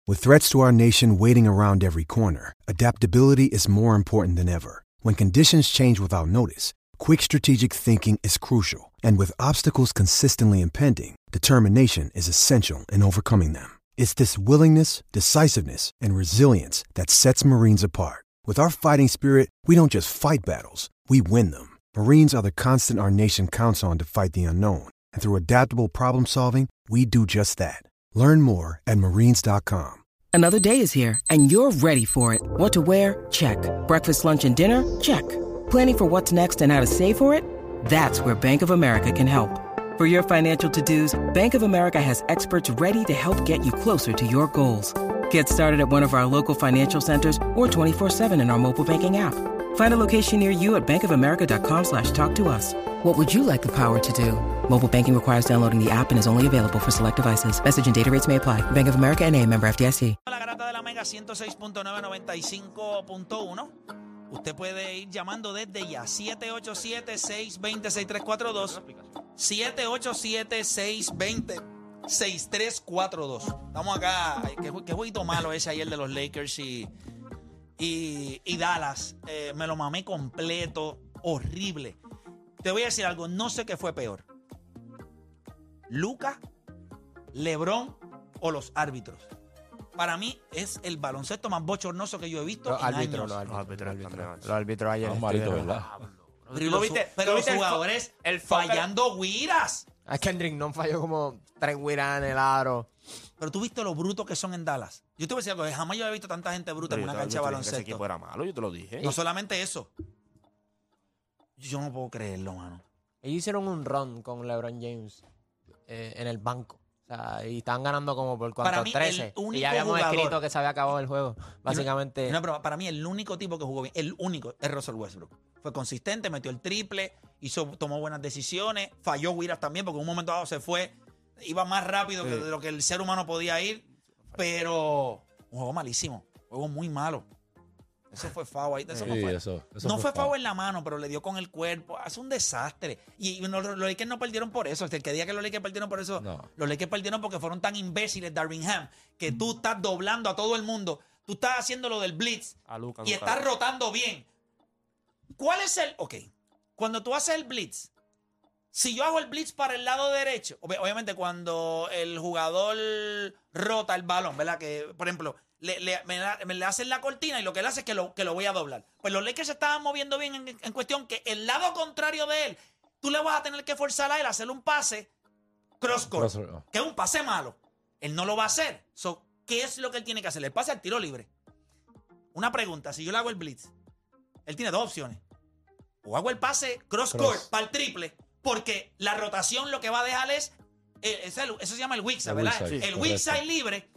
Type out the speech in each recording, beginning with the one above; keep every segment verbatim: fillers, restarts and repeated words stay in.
With threats to our nation waiting around every corner, adaptability is more important than ever. When conditions change without notice, quick strategic thinking is crucial. And with obstacles consistently impending, determination is essential in overcoming them. It's this willingness, decisiveness, and resilience that sets Marines apart. With our fighting spirit, we don't just fight battles, we win them. Marines are the constant our nation counts on to fight the unknown. And through adaptable problem solving, we do just that. Learn more at marines dot com. Another day is here, and you're ready for it. What to wear? Check. Breakfast, lunch, and dinner? Check. Planning for what's next and how to save for it? That's where Bank of America can help. For your financial to-dos, Bank of America has experts ready to help get you closer to your goals. Get started at one of our local financial centers or twenty-four seven in our mobile banking app. Find a location near you at bankofamerica.com slash talk to us. What would you like the power to do? Mobile banking requires downloading the app and is only available for select devices. Message and data rates may apply. Bank of America N A, member F D I C. La Garata de la Mega ciento seis punto nueve, noventa y cinco punto uno. Usted puede ir llamando desde ya. siete ocho siete, seis dos cero, seis tres cuatro dos. siete ocho siete, seis dos cero, seis tres cuatro dos. Estamos acá. Qué, qué jueguito malo ese ayer de los Lakers y, y, y Dallas. Eh, me lo mamé completo. Horrible. Te voy a decir algo. No sé qué fue peor. Luka, LeBron o los árbitros. Para mí es el baloncesto más bochornoso que yo he visto Los en árbitros, años. los árbitros, Los árbitros, los árbitros, árbitros. los árbitros ayer. Son malitos, estuvieron- ¿verdad? Pero, los, viste- pero tú los viste el fo- jugadores el foul que- fallando guiras. Ah, Kendrick no falló como tres guiras en el aro. Pero tú viste lo brutos que son en Dallas. Yo te voy a decir algo, jamás yo había visto tanta gente bruta en una cancha de Ese baloncesto. equipo era malo, yo te lo dije. No solamente eso. Yo no puedo creerlo, mano. Ellos hicieron un run con LeBron James eh, en el banco. O sea, y estaban ganando como por Para cuánto, mí, el trece. único Y ya habíamos jugador- escrito que se había acabado el juego. Básicamente. No, pero para mí el único tipo que jugó bien, el único, es Russell Westbrook. Fue consistente, metió el triple, hizo, tomó buenas decisiones, falló Wiras también, porque en un momento dado se fue, iba más rápido que de lo que el ser humano podía ir, pero un juego malísimo, un juego muy malo. Eso fue foul ahí. Eso no Sí, fue, eso- eso no fue fue foul foul. en la mano, pero le dio con el cuerpo. Es un desastre. Y, y no- los Lakers no perdieron por eso. El que diga que los Lakers perdieron por eso, No. los Lakers perdieron porque fueron tan imbéciles, Darvin Ham, que tú estás doblando a todo el mundo. Tú estás haciendo lo del blitz A Luka, y Luka. estás rotando bien. ¿Cuál es el...? Ok, cuando tú haces el blitz, si yo hago el blitz para el lado derecho, ob- obviamente cuando el jugador rota el balón, ¿verdad? Que, por ejemplo, le, le- me, la- me le hacen la cortina y lo que él hace es que lo, que lo voy a doblar. Pues los Lakers se estaban moviendo bien en, en cuestión que el lado contrario de él, tú le vas a tener que forzar a él a hacerle un pase cross-court, Cross- oh. que es un pase malo. Él no lo va a hacer. So, ¿qué es lo que él tiene que hacer? El pase al tiro libre. Una pregunta, si yo le hago el blitz, él tiene dos opciones. O hago el pase cross-court Cross. para el triple, porque la rotación lo que va a dejar es, eh, es el- eso se llama el weak side, El ¿verdad? weak side, el sí, weak correcto. side libre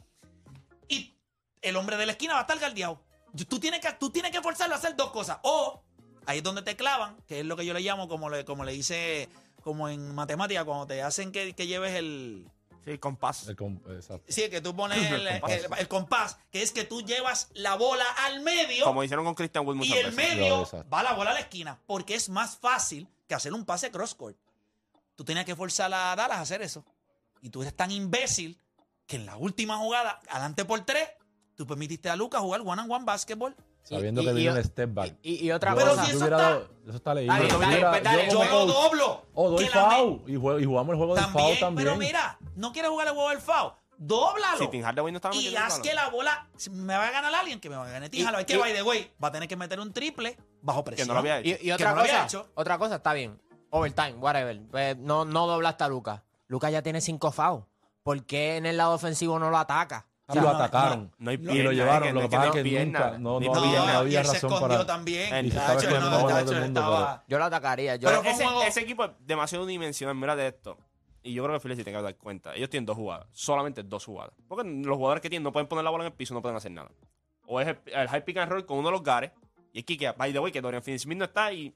y el hombre de la esquina va a estar guardiado. Tú tienes que, tú tienes que forzarlo a hacer dos cosas. O ahí es donde te clavan, que es lo que yo le llamo, como le, como le hice, como en matemática, cuando te hacen que, que lleves el... Sí, compás. El com- exacto. Sí, que tú pones el, El compás. el- el compás, que es que tú llevas la bola al medio Como hicieron con Christian Wood y muchas el veces. medio No, exacto. va la bola a la esquina, porque es más fácil que hacer un pase cross-court. Tú tenías que forzar a Dallas a hacer eso. Y tú eres tan imbécil que en la última jugada, adelante por tres, tú permitiste a Lucas jugar one-on-one basketball. Sabiendo Y- que y- viene y- el step back. Y, y otra Pero cosa. si yo eso hubiera está- dado- eso está leído. Está bien, Yo está bien, hubiera- pues dale, yo Yo como lo coach, doblo. O doy Que la me- foul. Y, jue- y jugamos el juego del También, foul también. pero mira, no quieres jugar el juego del foul. Dóblalo. Si Tim Hardaway no estaba y metiendo el haz balón. que la bola si me va a ganar alguien que me va a ganar Tim Hardaway. Y- Que y- by the way, va a tener que meter un triple bajo presión. Que no lo había hecho. Y, y Que otra no lo había cosa, hecho. otra cosa, está bien. Overtime, whatever. Pues no, no doblaste a Lucas. Lucas ya tiene cinco fouls. ¿Por qué en el lado ofensivo no lo ataca? Sí, lo atacaron. No hay y pierna, lo llevaron. es lo que que no pasa hay es que pierna. nunca. No, Ni no pierna. había, no y había él se razón escondió para. también. Él se Tacho, estaba no, escondiendo de tacho, todo el mundo, estaba- Yo lo atacaría. Yo, Pero fue un ese, juego- ese equipo es demasiado unidimensional. Mira de esto. Y yo creo que Philly se tiene que dar cuenta. Ellos tienen dos jugadas. Solamente dos jugadas. Porque los jugadores que tienen no pueden poner la bola en el piso, no pueden hacer nada. O es el, el high pick and roll con uno de los gares. Y es que, by the way, que Dorian Finney-Smith no está. Y,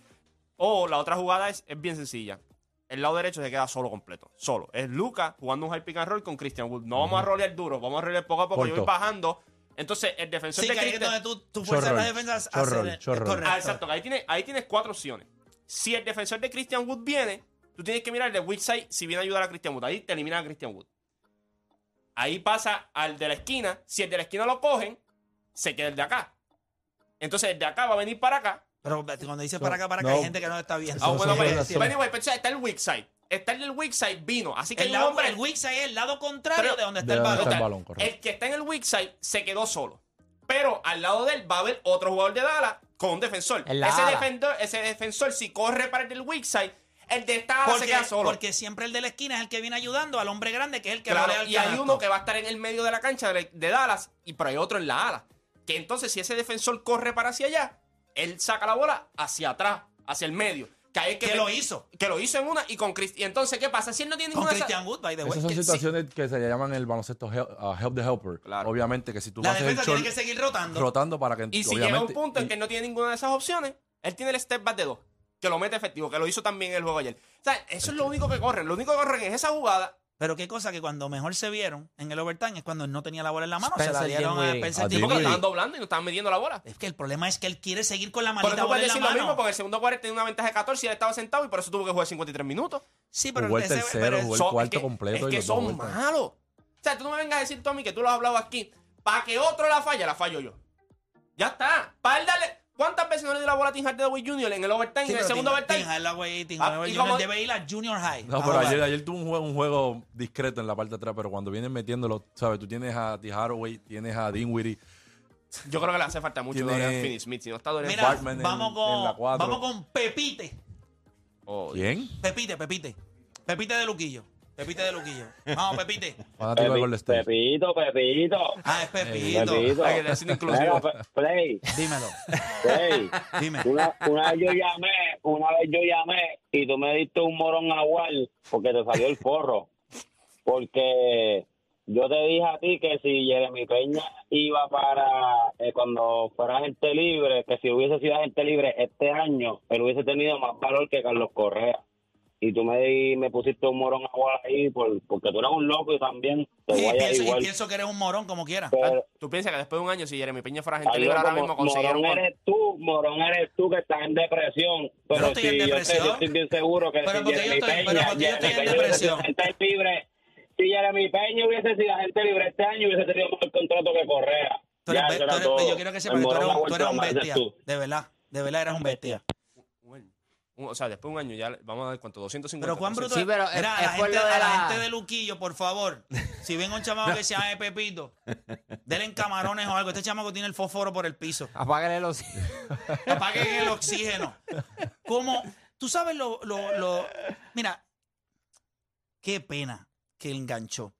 o la otra jugada es, es bien sencilla. El lado derecho se queda solo completo. Solo. Es Luka jugando un high pick and roll con Christian Wood. No vamos a rolear duro. Vamos a rolear poco a poco. Yo voy Corto. bajando. Entonces, el defensor Sí, de que ahí es Christian... donde tú, tú fuerzas Short la roll, defensa a short hacer roll, el- short roll. correcto. Ah, exacto. que Ahí tienes, ahí tienes cuatro opciones. Si el defensor de Christian Wood viene, tú tienes que mirar el de weak side si viene a ayudar a Christian Wood. Ahí te elimina a Christian Wood. Ahí pasa al de la esquina. Si el de la esquina lo cogen, se queda el de acá. Entonces el de acá va a venir para acá. Pero cuando dice para acá, para acá, no. hay gente que no está viendo. Ah, bueno, son pues, relaciones. anyway, pues, está el weak side. Está el del weak side, vino. Así que El, hay un lado, hombre. el weak side es el lado contrario Pero- de donde está de el donde balón. está el Total, balón, correcto. el que está en el weak side se quedó solo. Pero al lado de él va a haber otro jugador de Dallas con un defensor. En la Ese ala. defensor, ese defensor, si corre para el del weak side, el de esta ala se Porque, queda solo. porque siempre el de la esquina es el que viene ayudando al hombre grande, que es el que Claro, volea al y hay canasto. uno que va a estar en el medio de la cancha de, de Dallas, y pero hay otro en la ala. Que entonces, si ese defensor corre para hacia allá, él saca la bola hacia atrás, hacia el medio. Que, ahí es que, Que lo hizo. Que lo hizo en una y con Chris. Y entonces, ¿qué pasa? Si él no tiene Con ninguna de esas- Christian Wood, by the way. Esas son que sí, situaciones que se llaman el baloncesto help, uh, help the helper. Claro. Obviamente que si tú la haces el defensa tiene short que seguir rotando. rotando para que Y si llega un obviamente, punto en y- que él no tiene ninguna de esas opciones, él tiene el step back de dos, que lo mete efectivo, que lo hizo también en el juego ayer. O sea, eso es lo único que corren. Lo único que corren es esa jugada. Pero qué cosa que cuando mejor se vieron en el overtime es cuando él no tenía la bola en la mano. se Spencer la dieron a Dinwiddie. Spencer A Sí, porque lo Dinwiddie. estaban doblando y no estaban midiendo la bola. Es que el problema es que él quiere seguir con la Por maldita eso bola puedes en la decir lo mismo, mano. porque el segundo cuarto tenía una ventaja de catorce y él estaba sentado y por eso tuvo que jugar cincuenta y tres minutos. Sí, pero jugó el ese- tercero, pero jugó el Son- cuarto es que, completo Es y que los dos son overtime. malos. O sea, tú no me vengas a decir, Tommy, que tú lo has hablado aquí. Para que otro la falle, la fallo yo. Ya está. Para él darle... ¿Cuántas veces no le dio la bola a Tim Hardaway junior en el overtime, Sí, en el pero segundo Tim- overtime? Tim Hardaway, Tim Ah, Hardaway y Junior como- debe ir a Junior High. No, a pero jugar. ayer, ayer tuvo un juego, un juego discreto en la parte de atrás, pero cuando vienen metiéndolo, ¿sabes? Tú tienes a T. Haraway, tienes a Dinwiddie. Yo creo que le hace falta mucho Tiene- Dorian Finney-Smith. Si no está Dorian Mira, Bartman en- vamos, en con, la cuatro. vamos con Pepite. Oh, ¿Quién? Pepite, Pepite. Pepite de Luquillo. Pepite de Luquillo. Vamos, Pepite. Fanático de Golden State. Pepito, Pepito. Ah, es Pepito. Pepito. Hay que decir Mira, inclusivo. Pe- Play, Dímelo. Play. Dime. Una, una vez yo llamé, una vez yo llamé y tú me diste un morón a Wal porque te salió el forro. Porque yo te dije a ti que si Jeremy Peña iba para, eh, cuando fuera agente libre, que si hubiese sido agente libre este año, él hubiese tenido más valor que Carlos Correa. Y tú me, di- me pusiste un morón a Wal ahí por, porque tú eres un loco y también te Y voy a pienso, y igual. pienso que eres un morón como quiera. Pero, ¿Tú piensas que después de un año, si Jeremy Peña fuera agente Ay, libre, no, ahora como mismo consiguieron... Morón con- eres tú, Morón eres tú que estás en depresión. Pero no estoy si en yo, depresión. te- yo estoy bien seguro que Pero si porque yo Jeremy estoy- Peña, pero porque yo estoy en Jeremy Peña hubiese sido depresión. agente libre, si Jeremy Peña hubiese sido agente libre este año, hubiese tenido mejor contrato que Correa. Tú eres Ya, be- eso tú era eres- todo. yo quiero que sepas El que tú eres, Morón un, ha tú eres un vuelto a más, bestia. eres tú. De verdad. De verdad eres un bestia. Un- O sea, después de un año ya le- vamos a dar cuánto, doscientos cincuenta. Pero cuán bruto Sí, es- pero es- Mira, es a la, por gente, lo de a la la- gente de Luquillo, por favor, si ven un chamaco que se llama Pepito, denle en camarones o algo. Este chamaco tiene el fósforo por el piso. Apágale los... Apaguen el oxígeno. Como, tú sabes lo, lo, lo- Mira, qué pena que él enganchó.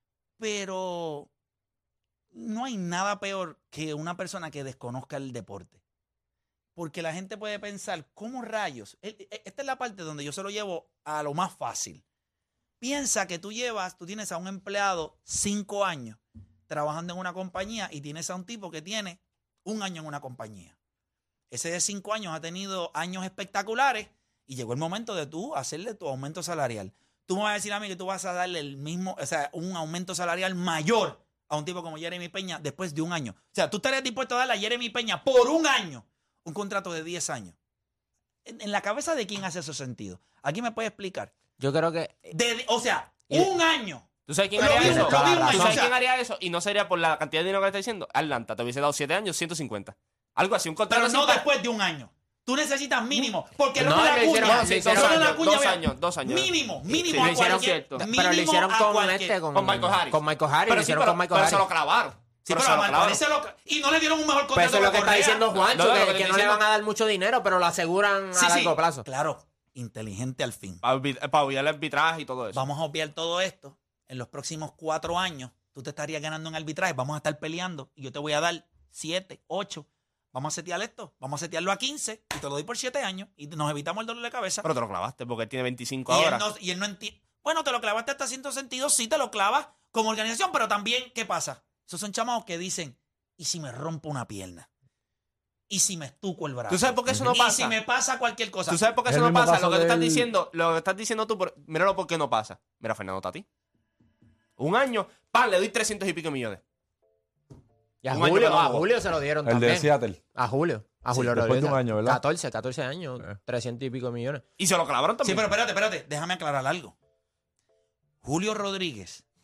Pero no hay nada peor que una persona que desconozca el deporte. Porque la gente puede pensar, ¿cómo rayos? E- e- Esta es la parte donde yo se lo llevo a lo más fácil. Piensa que tú llevas, tú tienes a un empleado cinco años trabajando en una compañía y tienes a un tipo que tiene un año en una compañía. Ese de cinco años ha tenido años espectaculares y llegó el momento de tú hacerle tu aumento salarial. Tú me vas a decir a mí que tú vas a darle el mismo, o sea, un aumento salarial mayor a un tipo como Jeremy Peña después de un año. O sea, tú estarías dispuesto a darle a Jeremy Peña por un año un contrato de diez años. ¿En, en la cabeza de quién hace eso sentido? ¿Aquí me puede explicar? Yo creo que... De- o sea, Y- un año. ¿Tú sabes quién Lo haría mismo, eso? lo mismo, ¿Tú o sabes sea- quién haría eso? Y no sería por la cantidad de dinero que está diciendo. Atlanta te hubiese dado siete años, ciento cincuenta. Algo así, un contrato Pero así no para- después de un año. Tú necesitas mínimo. Porque No, no, la lo hicieron- cuña. lo hicieron- Solo dos la años, cuña, dos vea, años, dos años. Mínimo, mínimo Sí, a lo hicieron cualquier- cierto. Pero lo mínimo hicieron a con cualquier- este, con, Con Michael Harris. Con Michael Harris, Pero lo sí, hicieron pero, con Michael pero Harris. se lo clavaron. Sí, pero pero se a lo Michael clavaron. Harris se lo- y no le dieron un mejor Pues contrato eso es lo que a está Correa. diciendo Juancho, No, no, lo que, que que estoy no le diciendo- van a dar mucho dinero, pero lo aseguran Sí, a sí, largo plazo. Claro, inteligente al fin. Para olvid- para obviar el arbitraje y todo eso. Vamos a obviar todo esto. En los próximos cuatro años, tú te estarías ganando en arbitraje. Vamos a estar peleando y yo te voy a dar siete, ocho. Vamos a setear esto. Vamos a setearlo a quince y te lo doy por siete años y nos evitamos el dolor de cabeza. Pero te lo clavaste porque él tiene veinticinco Y él, ahora. no, y él no entiende. Bueno, te lo clavaste hasta cierto sentido, sí te lo clavas como organización, pero también, ¿qué pasa? Esos son chamados que dicen, ¿y si me rompo una pierna? ¿Y si me estuco el brazo? ¿Tú sabes por qué eso no ¿Y pasa? si me pasa cualquier cosa? ¿Tú sabes por qué Es eso el no mismo pasa? caso Lo que tú estás del- diciendo, lo que estás diciendo tú, por- míralo por qué no pasa. Mira, Fernando Tatí. Un año, pan, le doy trescientos y pico millones. Y a Un año Julio, que no a jugó. Julio se lo dieron El también. de Seattle. A Julio. A Julio después de Rodríguez. un año, ¿verdad? catorce, catorce años, Eh. trescientos y pico millones. Y se lo clavaron Sí, también. pero espérate, espérate. Déjame aclarar algo. Julio Rodríguez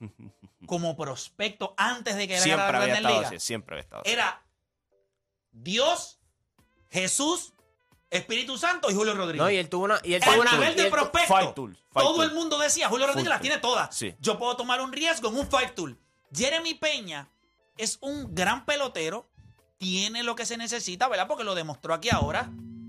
como prospecto antes de que era Siempre la había Grandes estado Ligas, así, siempre había estado así. era Dios, Jesús, Espíritu Santo y Julio Rodríguez. No, y él tuvo una. Y él El tuvo una. nivel y de él tu- prospecto. Five tool, five todo tool. el mundo decía, Julio Rodríguez Full las tool. tiene todas. Sí. Yo puedo tomar un riesgo en un five tool. Jeremy Peña es un gran pelotero, tiene lo que se necesita, ¿verdad? Porque lo demostró aquí ahora.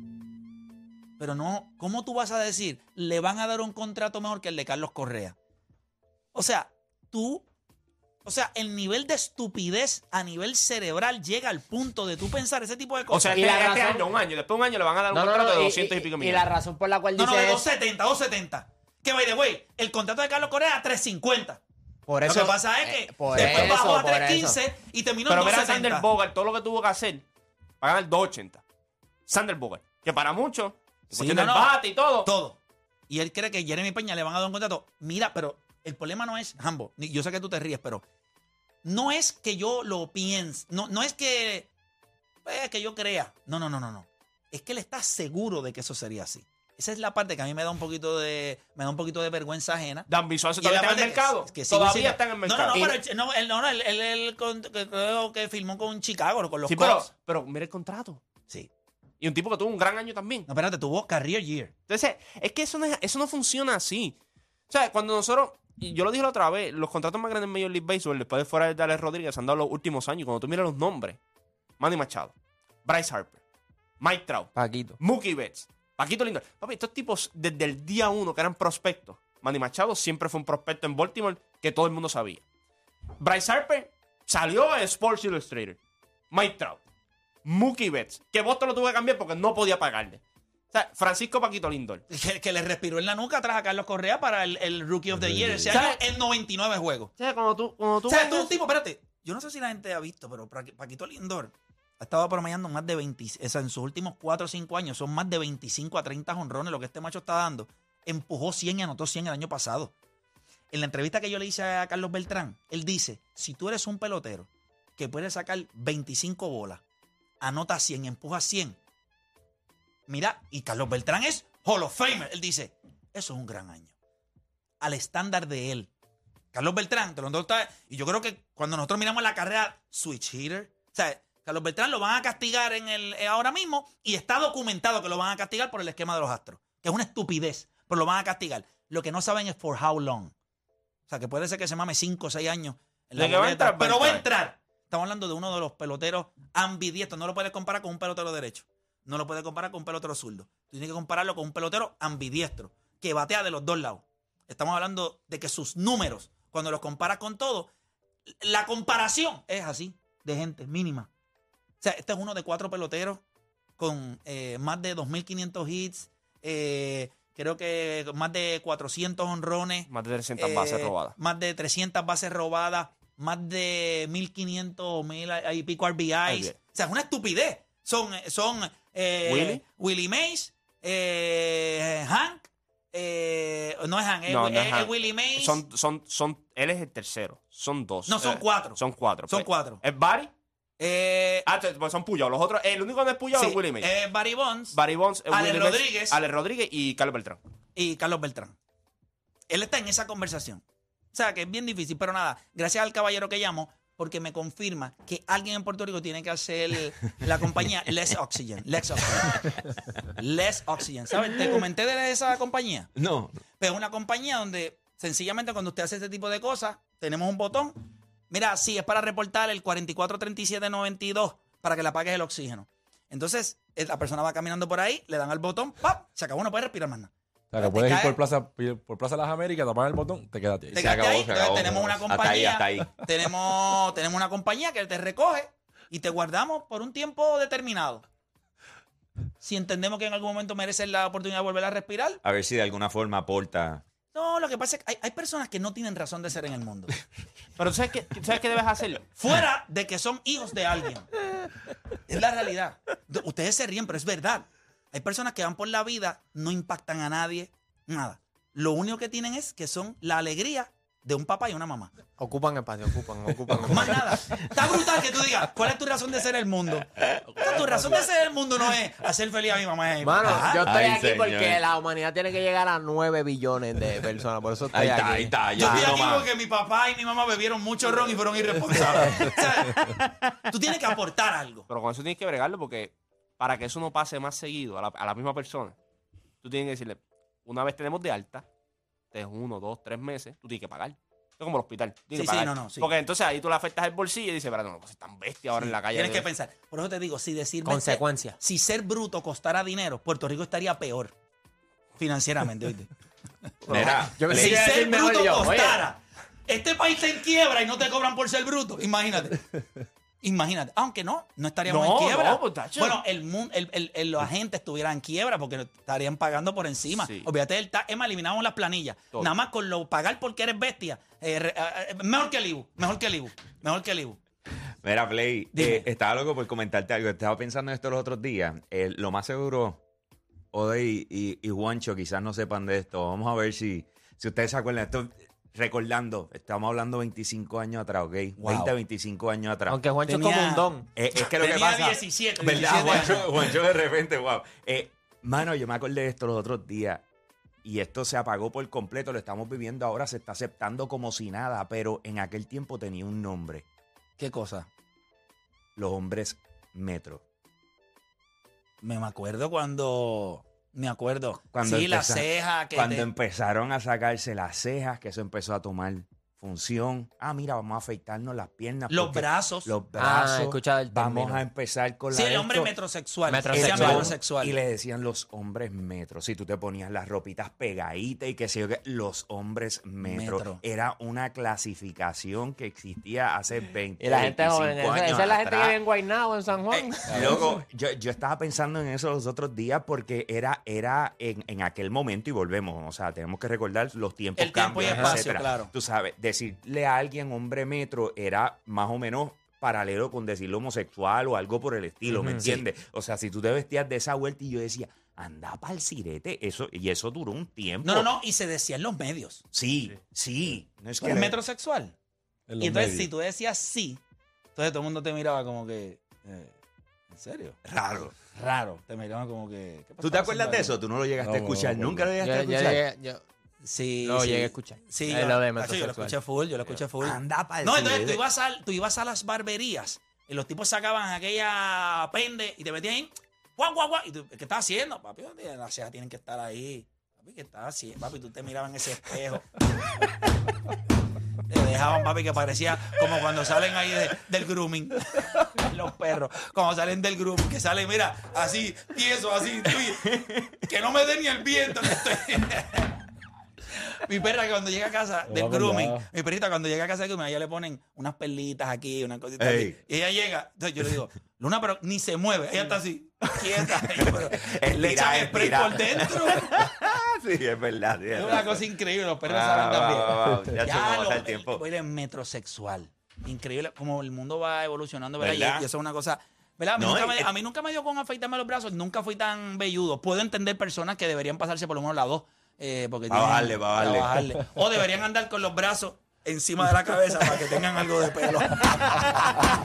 Pero no, ¿cómo tú vas a decir? Le van a dar un contrato mejor que el de Carlos Correa. O sea, tú, o sea, el nivel de estupidez a nivel cerebral llega al punto de tú pensar ese tipo de O cosas. sea, Y este, la este razón- año, un año, después de un año le van a dar un No, no, contrato no. de y- doscientos y, y- pico y millones. la razón por la cual no, dice no, de es- doscientos setenta, doscientos setenta. Que by the way, el contrato de Carlos Correa a trescientos cincuenta. Por Lo eso, que pasa es que eh, por después eso, bajó a por eso. trescientos quince y terminó Pero en mira a doscientos Sander setenta. Bogart, todo lo que tuvo que hacer para ganar doscientos ochenta. Sander Bogart, que para muchos, en Sí, cuestión no, del no. bate y todo. Todo. Y él cree que Jeremy Peña le van a dar un contrato. Mira, pero el problema no es, Hambo, ni- yo sé que tú te ríes, pero no es que yo lo piense, no, no es que, eh, que yo crea. No, no, no, no, no. Es que él está seguro de que eso sería así. Esa es la parte que a mí me da un poquito de, me da un poquito de vergüenza ajena. Dan Visual Y todavía la está en el parte mercado. que- que sí, todavía sí, está en el mercado. No, no, Y- no, pero él- no, él, no, no, él, él- él con- que creo que firmó con Chicago, con los sí, pero, Cubs. pero mira el contrato. Sí. Y un tipo que tuvo un gran año también. No, espérate, tuvo career year. Entonces, es que eso no, es- eso no funciona así. O sea, cuando nosotros, y yo lo dije la otra vez, los contratos más grandes en Major League Baseball, después de fuera de Alex Rodríguez, se han dado los últimos años. Cuando tú miras los nombres, Manny Machado, Bryce Harper, Mike Trout, Paquito. Mookie Betts, Paquito Lindor. Papi, estos tipos desde el día uno que eran prospectos. Manny Machado siempre fue un prospecto en Baltimore que todo el mundo sabía. Bryce Harper salió en Sports Illustrated. Mike Trout, Mookie Betts, que Boston lo tuvo que cambiar porque no podía pagarle. O sea, Francisco Paquito Lindor. Que, que le respiró en la nuca atrás a Carlos Correa para el, el Rookie of the Year ese año ¿Sabes? en noventa y nueve juegos. O sea, cuando tú, cuando tú O sea, ves tú un eso- tipo, espérate, yo no sé si la gente ha visto, pero Pa- Paquito Lindor ha estado promediando más de veinte, o sea, en sus últimos cuatro o cinco años son más de veinticinco a treinta jonrones lo que este macho está dando. Empujó cien y anotó cien el año pasado. En la entrevista que yo le hice a Carlos Beltrán, él dice, si tú eres un pelotero que puede sacar veinticinco bolas, anota cien, empuja cien. Mira, y Carlos Beltrán es Hall of Famer. Él dice, eso es un gran año. Al estándar de él. Carlos Beltrán, te lo está, y yo creo que cuando nosotros miramos la carrera switch hitter, o sea, Carlos Beltrán lo van a castigar en el eh, ahora mismo y está documentado que lo van a castigar por el esquema de los Astros, que es una estupidez, pero lo van a castigar. Lo que no saben es for how long. O sea, que puede ser que se mame cinco o seis años en la De que va a boleta, entrar, va a pero va a entrar. entrar. Estamos hablando de uno de los peloteros ambidiestros. No lo puedes comparar con un pelotero derecho. No lo puedes comparar con un pelotero zurdo. Tú tienes que compararlo con un pelotero ambidiestro, que batea de los dos lados. Estamos hablando de que sus números, cuando los comparas con todo, la comparación es así, de gente mínima. O sea, este es uno de cuatro peloteros con eh, más de dos mil quinientos hits, eh, creo que más de cuatrocientos honrones. Más de trescientas eh, bases robadas. Más de trescientas bases robadas, más de mil quinientos o mil y pico R B Is. Ay, bien. O sea, es una estupidez. Son, son eh, Willie. Willie Mays, eh, Hank, eh, no es Hank, es, No, no es- es es Hank. Willie Mays. Son, son, son, él es el tercero. Son dos. No, son Eh, cuatro. Son cuatro. Son Pues, cuatro. ¿Es Barry? eh, Ah, entonces, pues son Puyol. Los otros, el único que no es Puyol sí, es Willie Mays. eh, Barry Bonds Barry Bonds, eh, Ale Willie Mays, Rodríguez. Ale Rodríguez y Carlos Beltrán. y Carlos Beltrán. Él está en esa conversación. O sea, que es bien difícil, pero nada, gracias al caballero que llamo, porque me confirma que alguien en Puerto Rico tiene que hacer la compañía Less Oxygen. Less Oxygen. Less Oxygen. ¿Sabes? Te comenté de esa compañía. No. Pero es una compañía donde sencillamente cuando usted hace este tipo de cosas, tenemos un botón. Mira, sí, es para reportar el cuarenta y cuatro treinta y siete noventa y dos para que le apagues el oxígeno. Entonces, eh, la persona va caminando por ahí, le dan al botón, ¡pap! Se acabó, no puede respirar más nada. O sea, que Te puedes ir cae- por Plaza, por Plaza Las Américas, tapar el botón, te quedaste ahí. Te Se quedaste acabó, ahí, se entonces acabó. tenemos una Hasta ahí, compañía, hasta ahí. Tenemos, tenemos una compañía que te recoge y te guardamos por un tiempo determinado. Si entendemos que en algún momento mereces la oportunidad de volver a respirar, A ver si de alguna forma aporta. no, lo que pasa es que hay, hay personas que no tienen razón de ser en el mundo. Pero ¿tú sabes qué, tú sabes qué debes hacer? Fuera de que son hijos de alguien. Es la realidad. De- Ustedes se ríen, pero es verdad. Hay personas que van por la vida, no impactan a nadie, nada. Lo único que tienen es que son la alegría de un papá y una mamá. Ocupan espacio, ocupan, ocupan. ocupan. Más nada. Está brutal que tú digas, ¿cuál es tu razón de ser en el mundo? O sea, tu razón de ser en el mundo no es hacer feliz a mi mamá y a mi Mano, papá. yo estoy Ay, aquí señor. porque la humanidad tiene que llegar a nueve billones de personas. Por eso estoy Ahí está, aquí. ahí está. Yo Yo estoy digo aquí más. porque mi papá y mi mamá bebieron mucho ron y fueron irresponsables. O sea, tú tienes que aportar algo. Pero con eso tienes que bregarlo porque para que eso no pase más seguido a la, a la misma persona, tú tienes que decirle, una vez tenemos de alta, de uno, dos, tres meses, tú tienes que pagar. Es como el hospital. Tienes Sí, que sí, pagar. no, no, sí. Porque entonces ahí tú le afectas el bolsillo y dices, pero no, pues es tan bestia ahora Sí, en la calle. Tienes que pensar. Por eso te digo, si decir Consecuencia. Si ser bruto costara dinero, Puerto Rico estaría peor financieramente, ¿oíste? Mira, Yo me Si iba a ser decir mejor bruto yo, oye. costara, este país está en quiebra y no te cobran por ser bruto. Imagínate. Imagínate. Aunque no, no estaríamos No, en quiebra. no, pues, tacho. Bueno, el, mun- el, el- el- los agentes estuvieran en quiebra porque estarían pagando por encima. Sí. Olvídate del tax. Emma, eliminamos las planillas. Todo. Nada más con lo pagar porque eres bestia. eh, re- eh, mejor que el I B U. Mejor que el I B U. Mejor que el I B U. Mira, Play, Dime. eh, estaba loco por comentarte algo. Estaba pensando en esto los otros días. Eh, lo más seguro, Ode y, y Juancho quizás no sepan de esto. Vamos a ver si, si ustedes se acuerdan. Esto, recordando, estamos hablando veinticinco años atrás, ¿ok? Wow. veinte, veinticinco años atrás. Aunque Juancho Tenía- es como un don. Eh, es que lo que Tenía pasa... diecisiete, ¿Verdad? diecisiete años. Juancho, Juancho de repente, wow. Eh, mano, yo me acordé de esto los otros días y esto se apagó por completo. Lo estamos viviendo ahora, se está aceptando como si nada, pero en aquel tiempo tenía un nombre. ¿Qué cosa? Los hombres metro. Me me acuerdo cuando... Me acuerdo. Cuando sí, la empeza- ceja que Cuando te- empezaron a sacarse las cejas, que eso empezó a tomar función. Ah, mira, vamos a afeitarnos las piernas. Los porque brazos. Los Ah, brazos. he escuchado el Vamos término. a empezar con la Sí, el de hombre esto. metrosexual. Metrosexual. Se llama Eso, metrosexual. Y le decían los hombres metro. Si tú te ponías las ropitas pegaditas y qué sé yo qué, los hombres metro. Metro. Era una clasificación que existía hace veinte, Y la gente joven. veinticinco Esa, años esa es la gente que atrás. vive en Guaynabo, en San Juan. Loco, yo, yo estaba pensando en eso los otros días porque era, era en, en aquel momento, y volvemos, o sea, tenemos que recordar los tiempos El tiempo y cambian, espacio, etcétera. claro. Tú sabes, decirle a alguien hombre metro era más o menos paralelo con decirlo homosexual o algo por el estilo, ¿me Ujú, entiendes? O sea, si tú te vestías de esa vuelta y yo decía, anda pa'l sirete, eso, y eso duró un tiempo. No, no, no. Y se decía en los medios. Sí, sí. No es ¿Tú que eres le- metrosexual? En Y los entonces, medios. si tú decías sí, entonces todo el mundo te miraba como que... eh, ¿En serio? Raro. Raro. Te miraban como que... ¿qué ¿Tú te pasó, acuerdas de eso? Tú no lo llegaste No, a escuchar, no, no, nunca lo Yo, llegaste a yo escuchar. llegué- yo- Sí, No, sí. llegué a escuchar. Sí, Es yo, lo de tacho, yo lo metrosexual. escuché full, yo lo escuché full. Anda pa'l No, entonces tú sirete. ibas, a, tú ibas a las barberías y los tipos sacaban aquella pende y te metían ahí, guau, guau, guau. Y tú, ¿qué estás haciendo? Papi, las cejas tienen que estar ahí. Papi, ¿qué estás haciendo? Papi, tú te mirabas en ese espejo. Te dejaban, papi, que parecía como cuando salen ahí de- del grooming. Los perros. Cuando salen del grooming, que salen, mira, así, tieso, así, tú, y- que no me dé ni el viento. que estoy- Mi perra que cuando llega a casa del Oh, grooming, verdad. mi perrita cuando llega a casa del grooming, a ella le ponen unas perlitas aquí, unas cositas Ey. aquí. Y ella llega, entonces yo le digo, Luna, pero ni se mueve. Ella está así, quieta. Y yo, pero, le Estira, echan spray estira. por dentro. Sí, es verdad. sí, es Es verdad. una cosa increíble, los perros Ah, saben va, también. va, va. Ya sé cómo lo- pasa el tiempo. Oye, metrosexual. Increíble como el mundo va evolucionando, ¿verdad? Y, ¿Verdad? y eso es una cosa... ¿Verdad? A, mí No, nunca y- me, a mí nunca me dio con afeitarme los brazos, nunca fui tan velludo. Puedo entender personas que deberían pasarse por lo menos las dos. Eh, porque Va a tienen- bajarle, va a bajarle. O deberían andar con los brazos encima de la cabeza para que tengan algo de pelo.